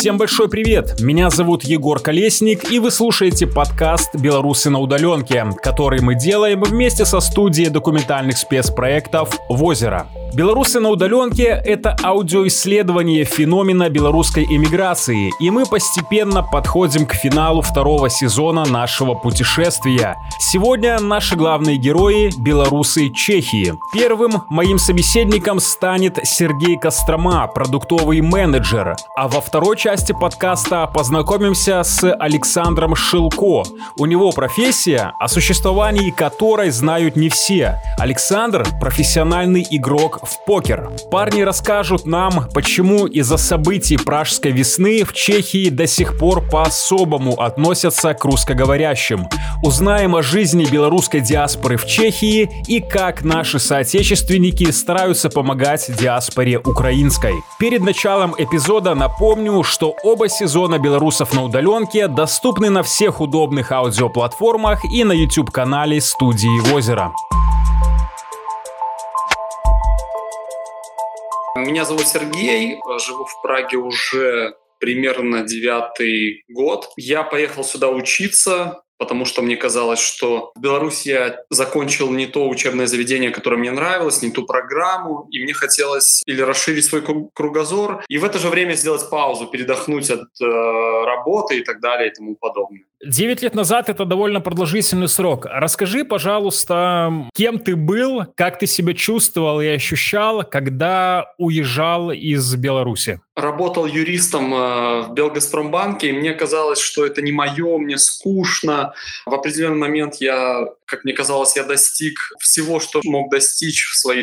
Всем большой привет! Меня зовут Егор Колесник, и вы слушаете подкаст «Белорусы на удаленке», который мы делаем вместе со студией документальных спецпроектов «Возера». «Белорусы на удаленке» — это аудиоисследование феномена белорусской эмиграции, и мы постепенно подходим к финалу второго сезона нашего путешествия. Сегодня наши главные герои — белорусы Чехии. Первым моим собеседником станет Сергей Кострома, продуктовый менеджер, а во второй части подкаста познакомимся с Александром Шилко. У него профессия, о существовании которой знают не все. Александр — профессиональный игрок в покер. Парни расскажут нам, почему из-за событий Пражской весны в Чехии до сих пор по-особому относятся к русскоговорящим. Узнаем о жизни белорусской диаспоры в Чехии и как наши соотечественники стараются помогать диаспоре украинской. Перед началом эпизода напомню, что оба сезона «Белорусов на удаленке» доступны на всех удобных аудиоплатформах и на YouTube-канале студии «Возера». Меня зовут Сергей, живу в Праге уже примерно 9-й год. Я поехал сюда учиться, потому что мне казалось, что в Беларуси я закончил не то учебное заведение, которое мне нравилось, не ту программу, и мне хотелось или расширить свой кругозор, и в это же время сделать паузу, передохнуть от работы и так далее и тому подобное. 9 лет назад — это довольно продолжительный срок. Расскажи, пожалуйста, кем ты был, как ты себя чувствовал и ощущал, когда уезжал из Беларуси? Работал юристом в Белгазпромбанке, и мне казалось, что это не мое, мне скучно. В определенный момент как мне казалось, я достиг всего, что мог достичь в свои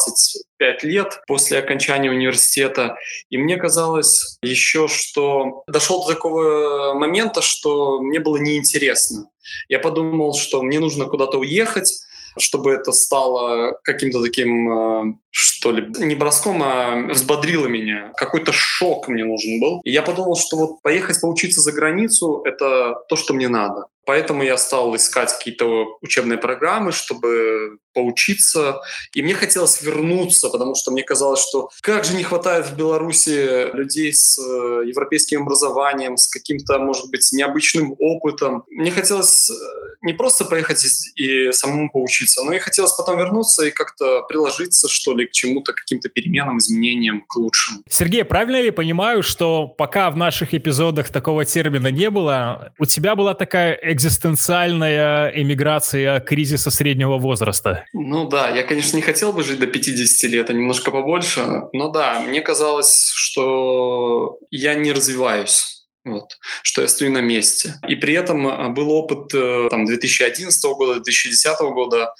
25 лет после окончания университета. И мне казалось еще, что дошел до такого момента, что мне было неинтересно. Я подумал, что мне нужно куда-то уехать, чтобы это стало каким-то таким, что ли, не броском, а взбодрило меня. Какой-то шок мне нужен был. И я подумал, что вот поехать поучиться за границу — это то, что мне надо. Поэтому я стал искать какие-то учебные программы, чтобы поучиться. И мне хотелось вернуться, потому что мне казалось, что как же не хватает в Беларуси людей с европейским образованием, с каким-то, может быть, необычным опытом. Мне хотелось не просто поехать и самому поучиться, но и хотелось потом вернуться и как-то приложиться, что ли, к чему-то, каким-то переменам, изменениям к лучшему. Сергей, правильно я понимаю, что пока в наших эпизодах такого термина не было, у тебя была такая экзистенциальная эмиграция кризиса среднего возраста? Ну да, я, конечно, не хотел бы жить до 50 лет, а немножко побольше, но да, мне казалось, что я не развиваюсь. Что я стою на месте. И при этом был опыт 2011 года, 2010 года,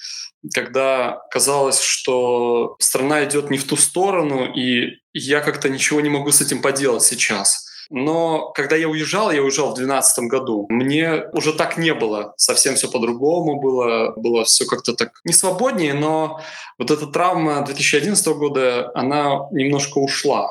когда казалось, что страна идет не в ту сторону, и я как-то ничего не могу с этим поделать сейчас. Но когда я уезжал в 2012 году, мне уже так не было. Совсем все по-другому было все как-то так не свободнее, но вот эта травма 2011 года, она немножко ушла.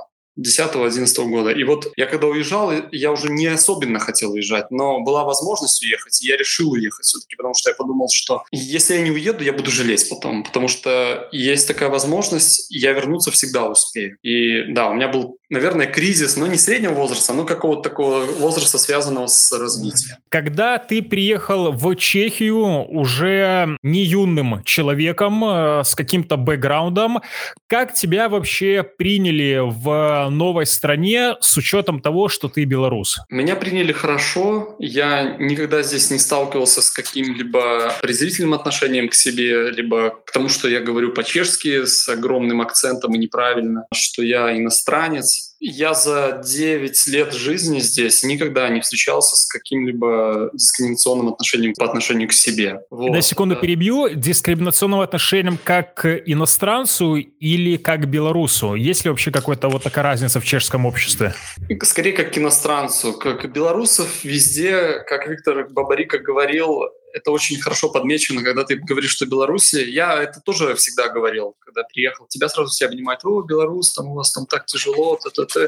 10-11 года. И вот я когда уезжал, я уже не особенно хотел уезжать, но была возможность уехать, и я решил уехать все-таки, потому что я подумал, что если я не уеду, я буду жалеть потом, потому что есть такая возможность, я вернуться всегда успею. И да, у меня был, наверное, кризис, но не среднего возраста, но какого-то такого возраста, связанного с развитием. Когда ты приехал в Чехию уже не юным человеком, с каким-то бэкграундом, как тебя вообще приняли в новой стране с учетом того, что ты белорус? Меня приняли хорошо. Я никогда здесь не сталкивался с каким-либо презрительным отношением к себе, либо к тому, что я говорю по-чешски с огромным акцентом и неправильно, что я иностранец. Я за 9 лет жизни здесь никогда не встречался с каким-либо дискриминационным отношением по отношению к себе. На секунду перебью. Дискриминационным отношением как к иностранцу или как к белорусу? Есть ли вообще какая-то вот такая разница в чешском обществе? Скорее, как к иностранцу. Как белорусов везде, как Виктор Бабарико говорил, это очень хорошо подмечено, когда ты говоришь, что Беларуси. Я это тоже всегда говорил, когда приехал. Тебя сразу все обнимают: о, белорус, там у вас там так тяжело,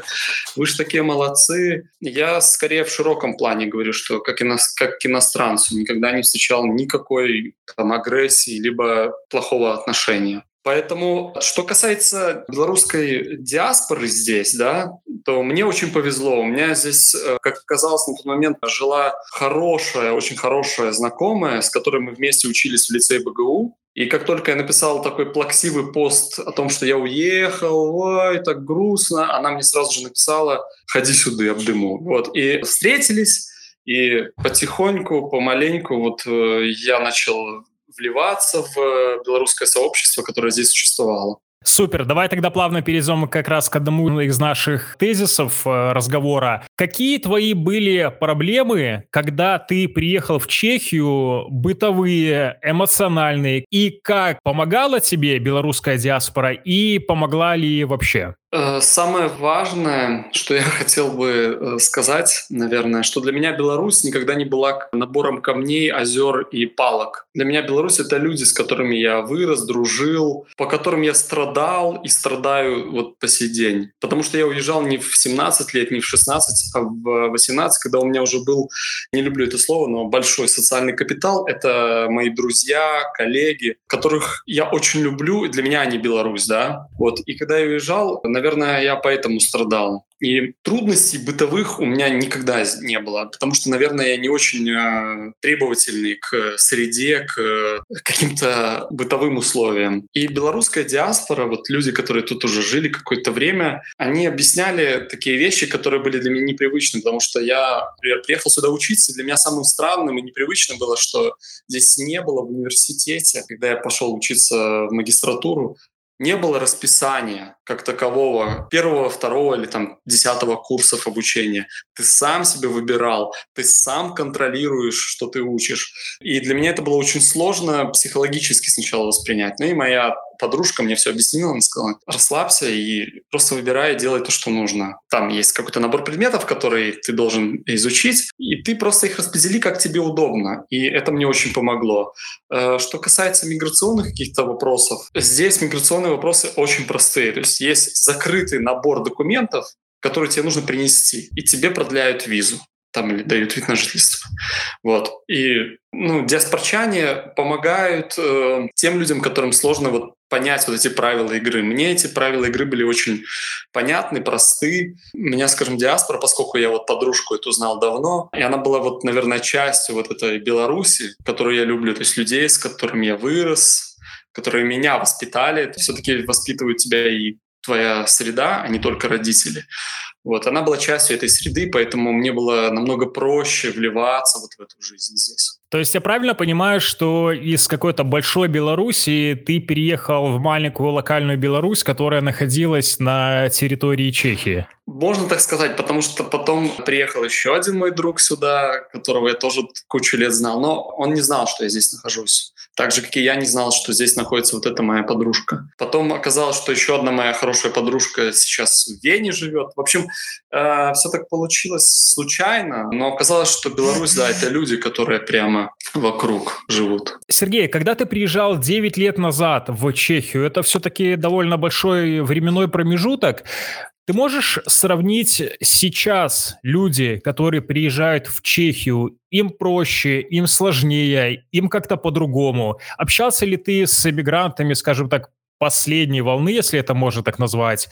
вы же такие молодцы. Я скорее в широком плане говорю, что как к иностранцу никогда не встречал никакой там агрессии либо плохого отношения. Поэтому, что касается белорусской диаспоры здесь, да, то мне очень повезло. У меня здесь, как оказалось, на тот момент жила очень хорошая знакомая, с которой мы вместе учились в лицее БГУ. И как только я написал такой плаксивый пост о том, что я уехал, ой, так грустно, она мне сразу же написала: «Ходи сюда, обдыму». Вот. И встретились, и потихоньку, помаленьку я начал вливаться в белорусское сообщество, которое здесь существовало. Супер, давай тогда плавно перейдем как раз к одному из наших тезисов разговора. Какие твои были проблемы, когда ты приехал в Чехию, бытовые, эмоциональные, и как помогала тебе белорусская диаспора, и помогла ли вообще? Самое важное, что я хотел бы сказать, наверное, что для меня Беларусь никогда не была набором камней, озер и палок. Для меня Беларусь — это люди, с которыми я вырос, дружил, по которым я страдал и страдаю по сей день. Потому что я уезжал не в 17 лет, не в 16, а в 18, когда у меня уже был, не люблю это слово, но большой социальный капитал. Это мои друзья, коллеги, которых я очень люблю, и для меня они Беларусь, да. И когда я уезжал, наверное, я поэтому страдал. И трудностей бытовых у меня никогда не было, потому что, наверное, я не очень требовательный к среде, к каким-то бытовым условиям. И белорусская диаспора, люди, которые тут уже жили какое-то время, они объясняли такие вещи, которые были для меня непривычны, потому что я, например, приехал сюда учиться, и для меня самым странным и непривычным было, что здесь не было в университете, когда я пошел учиться в магистратуру, не было расписания как такового первого, второго или 10 курсов обучения. Ты сам себе выбирал, ты сам контролируешь, что ты учишь. И для меня это было очень сложно психологически сначала воспринять. Ну и моя подружка мне все объяснила, она сказала: расслабься и просто выбирай, делай то, что нужно. Там есть какой-то набор предметов, которые ты должен изучить, и ты просто их распредели, как тебе удобно. И это мне очень помогло. Что касается миграционных каких-то вопросов, здесь миграционные вопросы очень простые. То есть есть закрытый набор документов, которые тебе нужно принести, и тебе продляют визу или дают вид на жительство. И диаспорчане помогают тем людям, которым сложно понять эти правила игры. Мне эти правила игры были очень понятны, просты. Меня, скажем, диаспора, поскольку я подружку эту знал давно, и она была наверное, частью этой Беларуси, которую я люблю, то есть людей, с которыми я вырос, которые меня воспитали. Все-таки воспитывают тебя и твоя среда, а не только родители. Она была частью этой среды, поэтому мне было намного проще вливаться в эту жизнь здесь. То есть я правильно понимаю, что из какой-то большой Беларуси ты переехал в маленькую локальную Беларусь, которая находилась на территории Чехии? Можно так сказать, потому что потом приехал еще один мой друг сюда, которого я тоже кучу лет знал, но он не знал, что я здесь нахожусь. Так же, как и я не знал, что здесь находится эта моя подружка. Потом оказалось, что еще одна моя хорошая подружка сейчас в Вене живет. В общем, все так получилось случайно, но оказалось, что Беларусь, да, это люди, которые прямо вокруг живут. Сергей, когда ты приезжал 9 лет назад в Чехию, это все-таки довольно большой временной промежуток. Ты можешь сравнить сейчас люди, которые приезжают в Чехию, им проще, им сложнее, им как-то по-другому? Общался ли ты с эмигрантами, скажем так, последней волны, если это можно так назвать?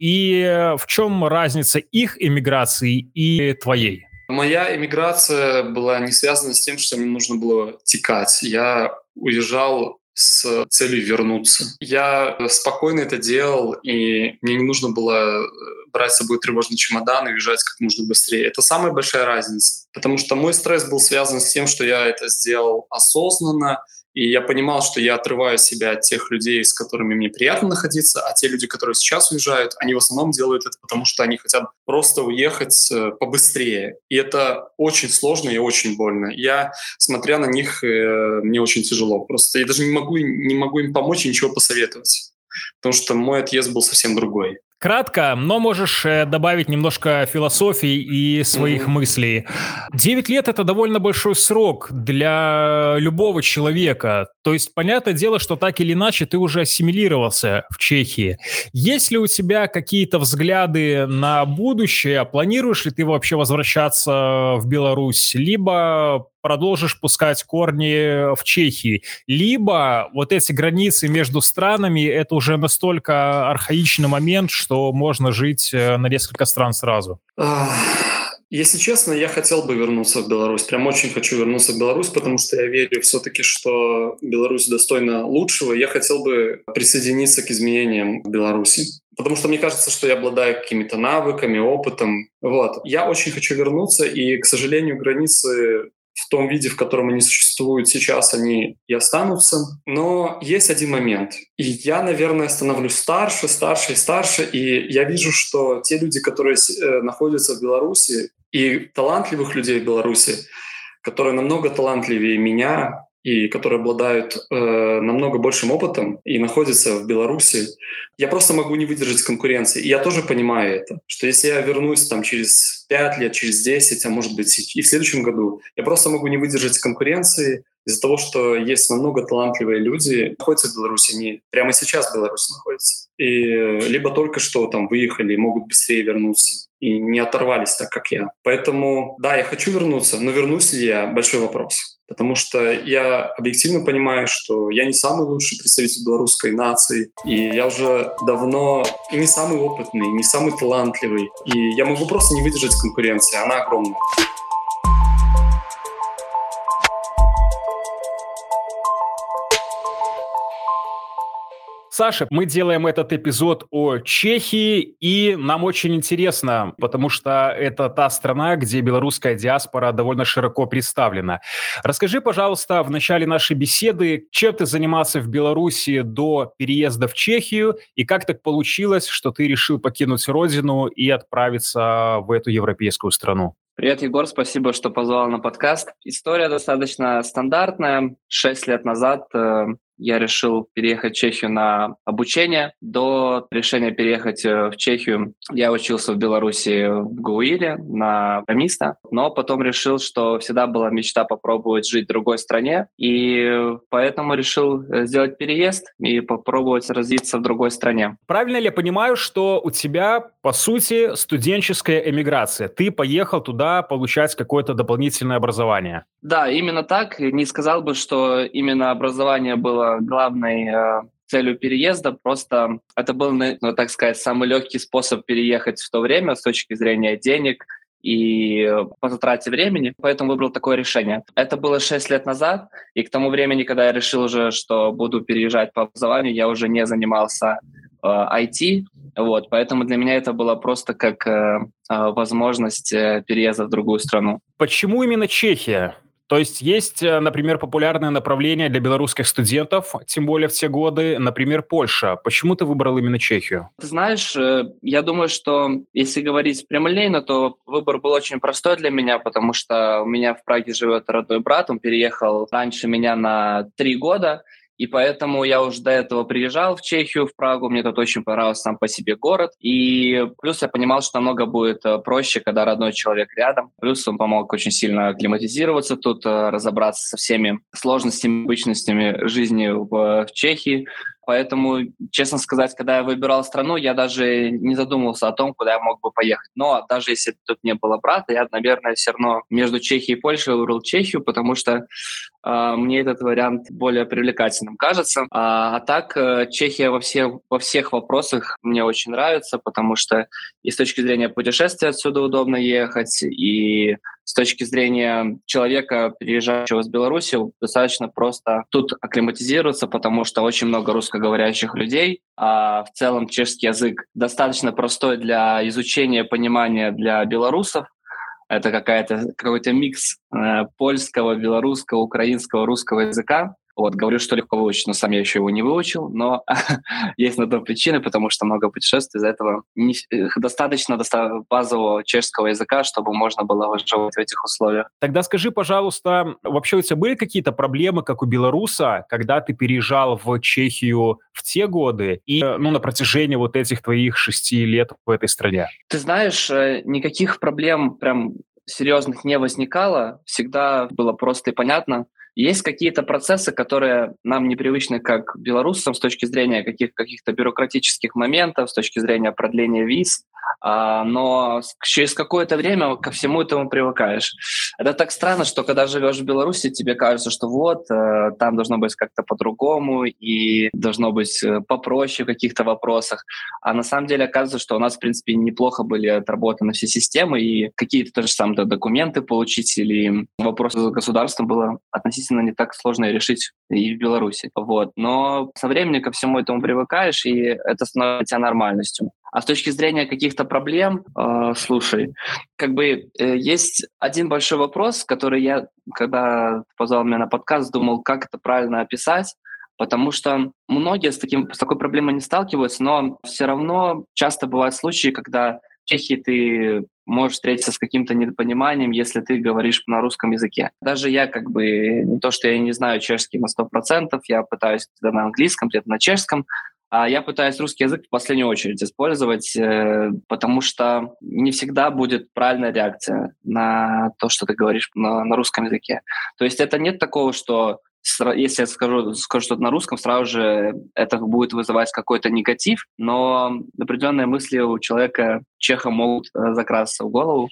И в чем разница их эмиграции и твоей? Моя эмиграция была не связана с тем, что мне нужно было текать. Я уезжал с целью вернуться. Я спокойно это делал, и мне не нужно было брать с собой тревожный чемодан и уезжать как можно быстрее. Это самая большая разница. Потому что мой стресс был связан с тем, что я это сделал осознанно, и я понимал, что я отрываю себя от тех людей, с которыми мне приятно находиться, а те люди, которые сейчас уезжают, они в основном делают это потому, что они хотят просто уехать побыстрее. И это очень сложно и очень больно. Я, смотря на них, мне очень тяжело. Просто я даже не могу им помочь и ничего посоветовать. Потому что мой отъезд был совсем другой. Кратко, но можешь добавить немножко философии и своих мыслей. 9 лет — это довольно большой срок для любого человека. То есть, понятное дело, что так или иначе ты уже ассимилировался в Чехии. Есть ли у тебя какие-то взгляды на будущее? Планируешь ли ты вообще возвращаться в Беларусь? Либо продолжишь пускать корни в Чехии. Либо вот эти границы между странами — это уже настолько архаичный момент, что можно жить на несколько стран сразу. Если честно, я хотел бы вернуться в Беларусь. Прям очень хочу вернуться в Беларусь, потому что я верю все-таки, что Беларусь достойна лучшего. Я хотел бы присоединиться к изменениям в Беларуси. Потому что мне кажется, что я обладаю какими-то навыками, опытом. Вот. Я очень хочу вернуться, и, к сожалению, границы в том виде, в котором они существуют сейчас, они и останутся. Но есть один момент. И я, наверное, становлюсь старше, и я вижу, что те люди, которые находятся в Беларуси, и талантливых людей в Беларуси, которые намного талантливее меня и которые обладают намного большим опытом и находятся в Беларуси, я просто могу не выдержать конкуренции. И я тоже понимаю это, что если я вернусь там через 5 лет, через 10, а может быть и в следующем году, я просто могу не выдержать конкуренции из-за того, что есть намного талантливые люди, находятся в Беларуси, они прямо сейчас в Беларуси находятся. И либо только что там выехали и могут быстрее вернуться и не оторвались так, как я. Поэтому, да, я хочу вернуться, но вернусь ли я — большой вопрос. Потому что я объективно понимаю, что я не самый лучший представитель белорусской нации, и я уже давно и не самый опытный, не самый талантливый. И я могу просто не выдержать конкуренции, она огромная. Саша, мы делаем этот эпизод о Чехии, и нам очень интересно, потому что это та страна, где белорусская диаспора довольно широко представлена. Расскажи, пожалуйста, в начале нашей беседы, чем ты занимался в Беларуси до переезда в Чехию, и как так получилось, что ты решил покинуть родину и отправиться в эту европейскую страну? Привет, Егор, спасибо, что позвал на подкаст. История достаточно стандартная. 6 лет назад я решил переехать в Чехию на обучение. До решения переехать в Чехию я учился в Беларуси в ГУИЛе на программиста, но потом решил, что всегда была мечта попробовать жить в другой стране, и поэтому решил сделать переезд и попробовать развиться в другой стране. Правильно ли я понимаю, что у тебя, по сути, студенческая эмиграция? Ты поехал туда получать какое-то дополнительное образование? Да, именно так. Не сказал бы, что именно образование было главной целью переезда. Просто это был, так сказать, самый легкий способ переехать в то время с точки зрения денег и по затрате времени, поэтому выбрал такое решение. Это было 6 лет назад, и к тому времени, когда я решил уже, что буду переезжать по образованию, я уже не занимался IT, вот, поэтому для меня это было просто как возможность переезда в другую страну. Почему именно Чехия? То есть, например, популярное направление для белорусских студентов, тем более в те годы, например, Польша. Почему ты выбрал именно Чехию? Ты знаешь, я думаю, что если говорить прямолинейно, то выбор был очень простой для меня, потому что у меня в Праге живет родной брат, он переехал раньше меня на 3 года, и поэтому я уже до этого приезжал в Чехию, в Прагу, мне тут очень понравился сам по себе город, и плюс я понимал, что намного будет проще, когда родной человек рядом, плюс он помог очень сильно акклиматизироваться тут, разобраться со всеми сложностями, обычностями жизни в Чехии. Поэтому, честно сказать, когда я выбирал страну, я даже не задумывался о том, куда я мог бы поехать. Но даже если тут не было брата, я, наверное, все равно между Чехией и Польшей выбрал Чехию, потому что мне этот вариант более привлекательным кажется. А так Чехия во всех вопросах мне очень нравится, потому что и с точки зрения путешествия отсюда удобно ехать, и с точки зрения человека, переезжающего из Беларуси, достаточно просто тут акклиматизироваться, потому что очень много русскоговорящих людей, а в целом чешский язык достаточно простой для изучения, понимания для белорусов. Это какой-то микс польского, белорусского, украинского, русского языка. Вот, говорю, что легко выучить, но сам я еще его не выучил, но есть на то причины, потому что много путешествий, из-за этого достаточно базового чешского языка, чтобы можно было выживать в этих условиях. Тогда скажи, пожалуйста, вообще у тебя были какие-то проблемы, как у белоруса, когда ты переезжал в Чехию в те годы и на протяжении вот этих твоих 6 лет в этой стране? Ты знаешь, никаких проблем прям серьезных не возникало, всегда было просто и понятно. Есть какие-то процессы, которые нам непривычны как белорусам с точки зрения каких-то бюрократических моментов, с точки зрения продления виз. но через какое-то время ко всему этому привыкаешь. Это так странно, что когда живешь в Беларуси, тебе кажется, что вот, там должно быть как-то по-другому и должно быть попроще в каких-то вопросах. А на самом деле оказывается, что у нас, в принципе, неплохо были отработаны все системы, и какие-то тоже самые документы получить или вопросы с государством было относительно не так сложно решить и в Беларуси. Вот. Но со временем ко всему этому привыкаешь, и это становится для тебя нормальностью. А с точки зрения каких-то проблем, слушай, есть один большой вопрос, который я, когда ты позвал меня на подкаст, думал, как это правильно описать, потому что многие с такой проблемой не сталкиваются, но все равно часто бывают случаи, когда в Чехии ты можешь встретиться с каким-то недопониманием, если ты говоришь на русском языке. Даже я не то, что я не знаю чешский на 100%, я пытаюсь где-то на английском, где-то на чешском, а я пытаюсь русский язык в последнюю очередь использовать, потому что не всегда будет правильная реакция на то, что ты говоришь на русском языке. То есть это нет такого, что если я скажу что-то на русском, сразу же это будет вызывать какой-то негатив, но определенные мысли у человека, чеха, могут закрасться в голову,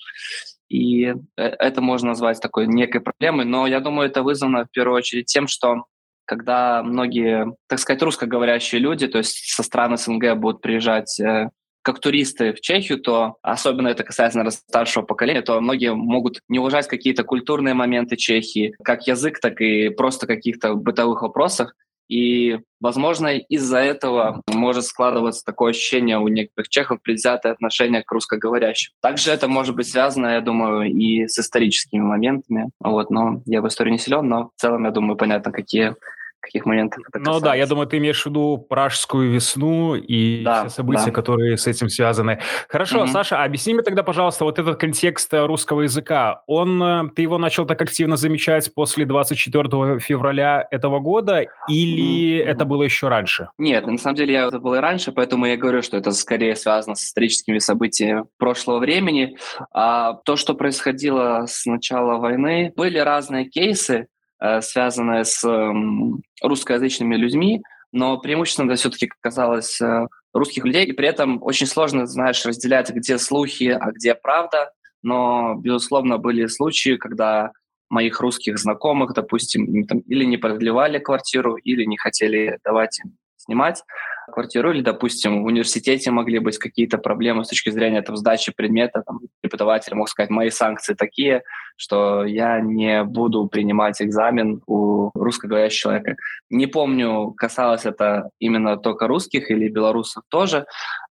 и это можно назвать такой некой проблемой. Но я думаю, это вызвано в первую очередь тем, что когда многие, так сказать, русскоговорящие люди, то есть со стран СНГ, будут приезжать как туристы в Чехию, то особенно это касается, наверное, старшего поколения, то многие могут не уважать какие-то культурные моменты Чехии, как язык, так и просто каких-то бытовых вопросах. И, возможно, из-за этого может складываться такое ощущение у некоторых чехов предвзятое отношение к русскоговорящим. Также это может быть связано, я думаю, и с историческими моментами. Но я в истории не силен, но в целом, я думаю, понятно, каких моментов это касается. Да, я думаю, ты имеешь в виду Пражскую весну и все события, которые с этим связаны. Хорошо, Саша, объясни мне тогда, пожалуйста, вот этот контекст русского языка. Ты его начал так активно замечать после 24 февраля этого года или это было еще раньше? Нет, на самом деле это было и раньше, поэтому я говорю, что это скорее связано с историческими событиями прошлого времени. А то, что происходило с начала войны, были разные кейсы, связанные с русскоязычными людьми, но преимущественно это все-таки касалось русских людей, и при этом очень сложно, разделять, где слухи, а где правда. Но, безусловно, были случаи, когда моих русских знакомых, допустим, им или не продлевали квартиру, или не хотели давать им снимать квартиру, или, допустим, в университете могли быть какие-то проблемы с точки зрения сдачи предмета. Преподаватель мог сказать, мои санкции такие, что я не буду принимать экзамен у русскоговорящего человека. Не помню, касалось это именно только русских или белорусов тоже,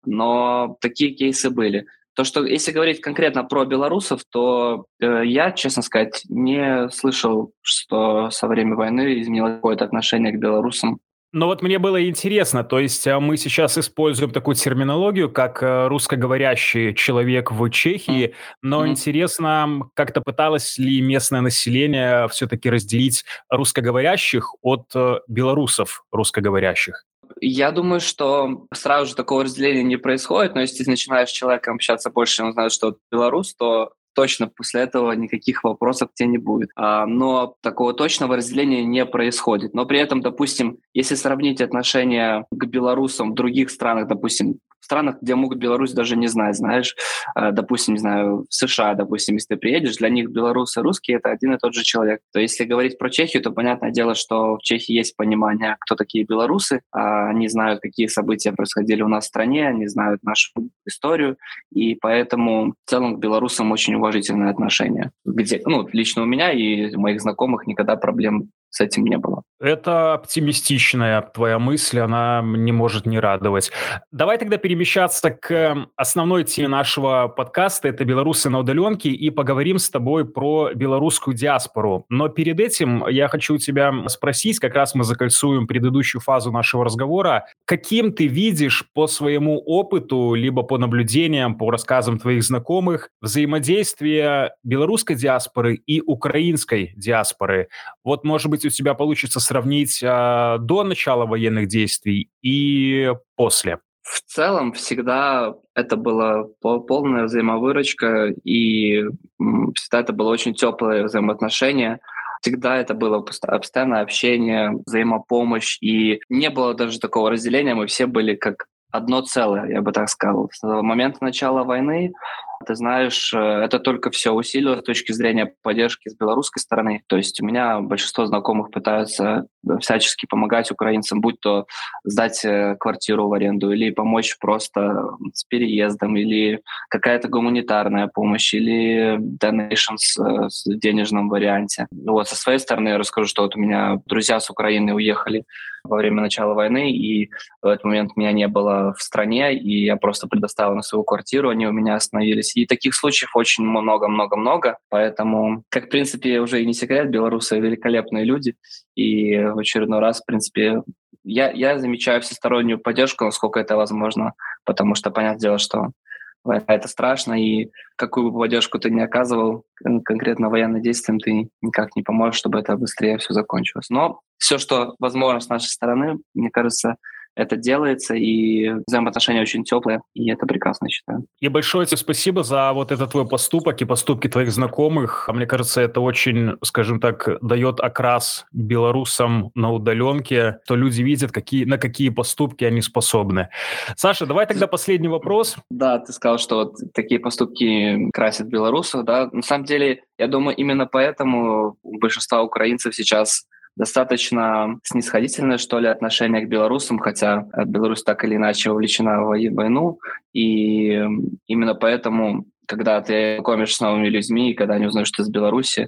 но такие кейсы были. То, что если говорить конкретно про белорусов, то я, честно сказать, не слышал, что со времени войны изменилось какое-то отношение к белорусам. Но вот мне было интересно, то есть мы сейчас используем такую терминологию, как русскоговорящий человек в Чехии, но интересно, как-то пыталось ли местное население все-таки разделить русскоговорящих от белорусов русскоговорящих? Я думаю, что сразу же такого разделения не происходит, но если ты начинаешь с человеком общаться больше, он знает, что он белорус, то точно после этого никаких вопросов к тебе не будет. Но такого точного разделения не происходит. Но при этом, допустим, если сравнить отношения к белорусам в других странах, допустим, в странах, где могут Беларусь даже не знать, допустим, в США, допустим, если ты приедешь, для них белорусы и русские — это один и тот же человек. То если говорить про Чехию, то понятное дело, что в Чехии есть понимание, кто такие белорусы, они знают, какие события происходили у нас в стране, они знают нашу историю, и поэтому в целом к белорусам очень уважительное отношение. Лично у меня и у моих знакомых никогда проблем с этим не было. Это оптимистичная твоя мысль, она не может не радовать. Давай тогда перемещаться к основной теме нашего подкаста. Это «Белорусы на удаленке», и поговорим с тобой про белорусскую диаспору. Но перед этим я хочу тебя спросить, как раз мы закольцуем предыдущую фазу нашего разговора, каким ты видишь по своему опыту, либо по наблюдениям, по рассказам твоих знакомых, взаимодействие белорусской диаспоры и украинской диаспоры? Вот, может быть, у тебя получится сравнить до начала военных действий и после. В целом всегда это была полная взаимовыручка, и всегда это было очень теплое взаимоотношение. Всегда это было постоянное общение, взаимопомощь, и не было даже такого разделения, мы все были как одно целое, я бы так сказал. С момента начала войны, ты знаешь, это только все усилилось с точки зрения поддержки с белорусской стороны. То есть у меня большинство знакомых пытаются всячески помогать украинцам, будь то сдать квартиру в аренду или помочь просто с переездом, или какая-то гуманитарная помощь, или donations в денежном варианте. Вот, со своей стороны я расскажу, что вот у меня друзья с Украины уехали во время начала войны, и в этот момент меня не было в стране, и я просто предоставил на свою квартиру, они у меня остановились. И таких случаев очень много-много-много, поэтому, как, в принципе, уже и не секрет, белорусы великолепные люди, и в очередной раз, в принципе, я замечаю всестороннюю поддержку, насколько это возможно, потому что, понятное дело, что это страшно, и какую бы поддержку ты ни оказывал, конкретно военным действием ты никак не поможешь, чтобы это быстрее все закончилось. Но все, что возможно с нашей стороны, мне кажется, это делается, и взаимоотношения очень теплые, и это прекрасно, я считаю. И большое тебе спасибо за вот этот твой поступок и поступки твоих знакомых. Мне кажется, это очень, скажем так, дает окрас белорусам на удаленке, что люди видят, на какие поступки они способны. Саша, давай тогда последний вопрос. Да, ты сказал, что вот такие поступки красят белорусов, да. На самом деле, я думаю, именно поэтому у большинства украинцев сейчас достаточно снисходительное, что ли, отношение к белорусам, хотя Беларусь так или иначе вовлечена в войну, и именно поэтому, когда ты знакомишься с новыми людьми, и когда они узнают, что ты из Беларуси,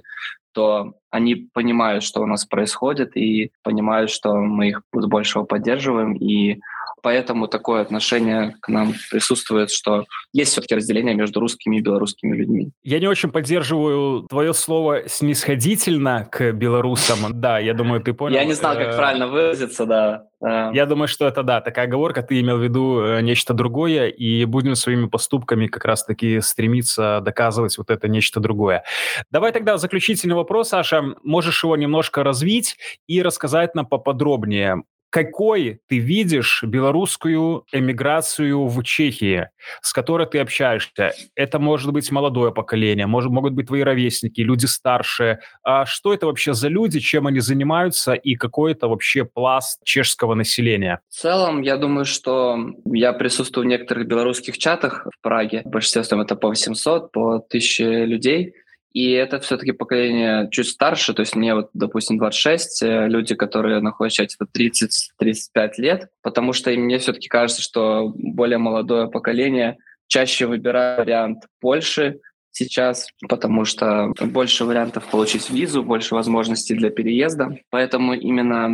то они понимают, что у нас происходит, и понимают, что мы их с большего поддерживаем, и поэтому такое отношение к нам присутствует, что есть все-таки разделение между русскими и белорусскими людьми. Я не очень поддерживаю твое слово «снисходительно» к белорусам. Да, я думаю, ты понял. Я не знал, как правильно выразиться, да. Я думаю, что это, да, такая оговорка, ты имел в виду нечто другое, и будем своими поступками как раз-таки стремиться доказывать вот это нечто другое. Давай тогда заключительный вопрос, Саша. Можешь его немножко развить и рассказать нам поподробнее. Какой ты видишь белорусскую эмиграцию в Чехии, с которой ты общаешься? Это может быть молодое поколение, могут быть твои ровесники, люди старшие. А что это вообще за люди, чем они занимаются и какой это вообще пласт чешского населения? В целом, я думаю, что я присутствую в некоторых белорусских чатах в Праге. В большинстве это по 800, по 1000 людей. И это все-таки поколение чуть старше, то есть мне вот, допустим, 26, люди, которые находятся в чате, это 30-35 лет, потому что мне все-таки кажется, что более молодое поколение чаще выбирает вариант Польши сейчас, потому что больше вариантов получить визу, больше возможностей для переезда. Поэтому именно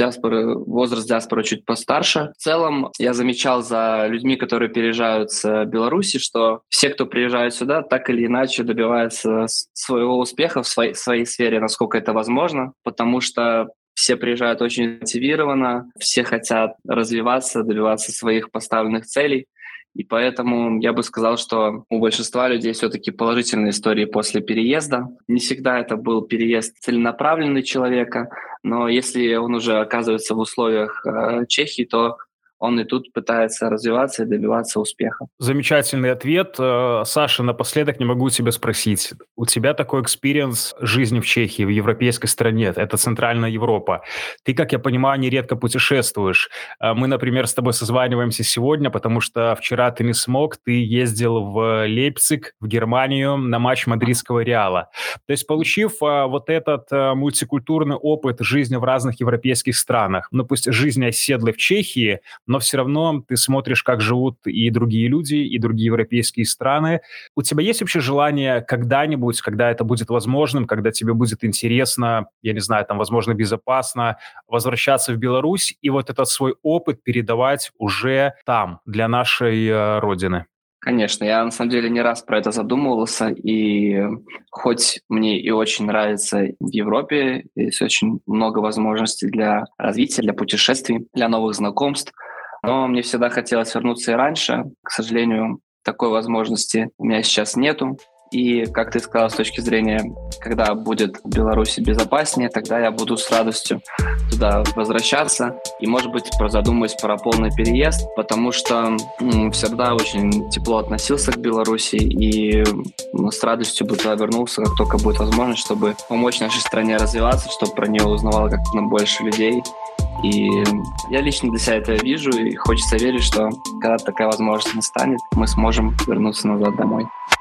возраст диаспоры чуть постарше. В целом, я замечал за людьми, которые переезжают с Беларуси, что все, кто приезжает сюда, так или иначе добиваются своего успеха в своей сфере, насколько это возможно, потому что все приезжают очень мотивированно, все хотят развиваться, добиваться своих поставленных целей. И поэтому я бы сказал, что у большинства людей все-таки положительные истории после переезда. Не всегда это был переезд целенаправленный человека, но если он уже оказывается в условиях Чехии, то он и тут пытается развиваться и добиваться успеха. Замечательный ответ. Саша, напоследок не могу тебя спросить. У тебя такой экспириенс жизни в Чехии, в европейской стране. Это Центральная Европа. Ты, как я понимаю, нередко путешествуешь. Мы, например, с тобой созваниваемся сегодня, потому что вчера ты не смог. Ты ездил в Лейпциг, в Германию, на матч мадридского Реала. То есть, получив вот этот мультикультурный опыт жизни в разных европейских странах, ну пусть жизнь оседлой в Чехии, но все равно ты смотришь, как живут и другие люди, и другие европейские страны. У тебя есть вообще желание когда-нибудь, когда это будет возможным, когда тебе будет интересно, я не знаю, там, возможно, безопасно, возвращаться в Беларусь и вот этот свой опыт передавать уже там, для нашей родины? Конечно, я на самом деле не раз про это задумывался, и хоть мне и очень нравится в Европе, есть очень много возможностей для развития, для путешествий, для новых знакомств, но мне всегда хотелось вернуться и раньше. К сожалению, такой возможности у меня сейчас нету. И, как ты сказал, с точки зрения, когда будет в Беларуси безопаснее, тогда я буду с радостью туда возвращаться. И, может быть, задумаюсь про полный переезд, потому что всегда очень тепло относился к Беларуси и с радостью бы туда вернулся, как только будет возможность, чтобы помочь нашей стране развиваться, чтобы про нее узнавало как можно больше людей. И я лично для себя это вижу, и хочется верить, что когда такая возможность настанет, мы сможем вернуться назад домой.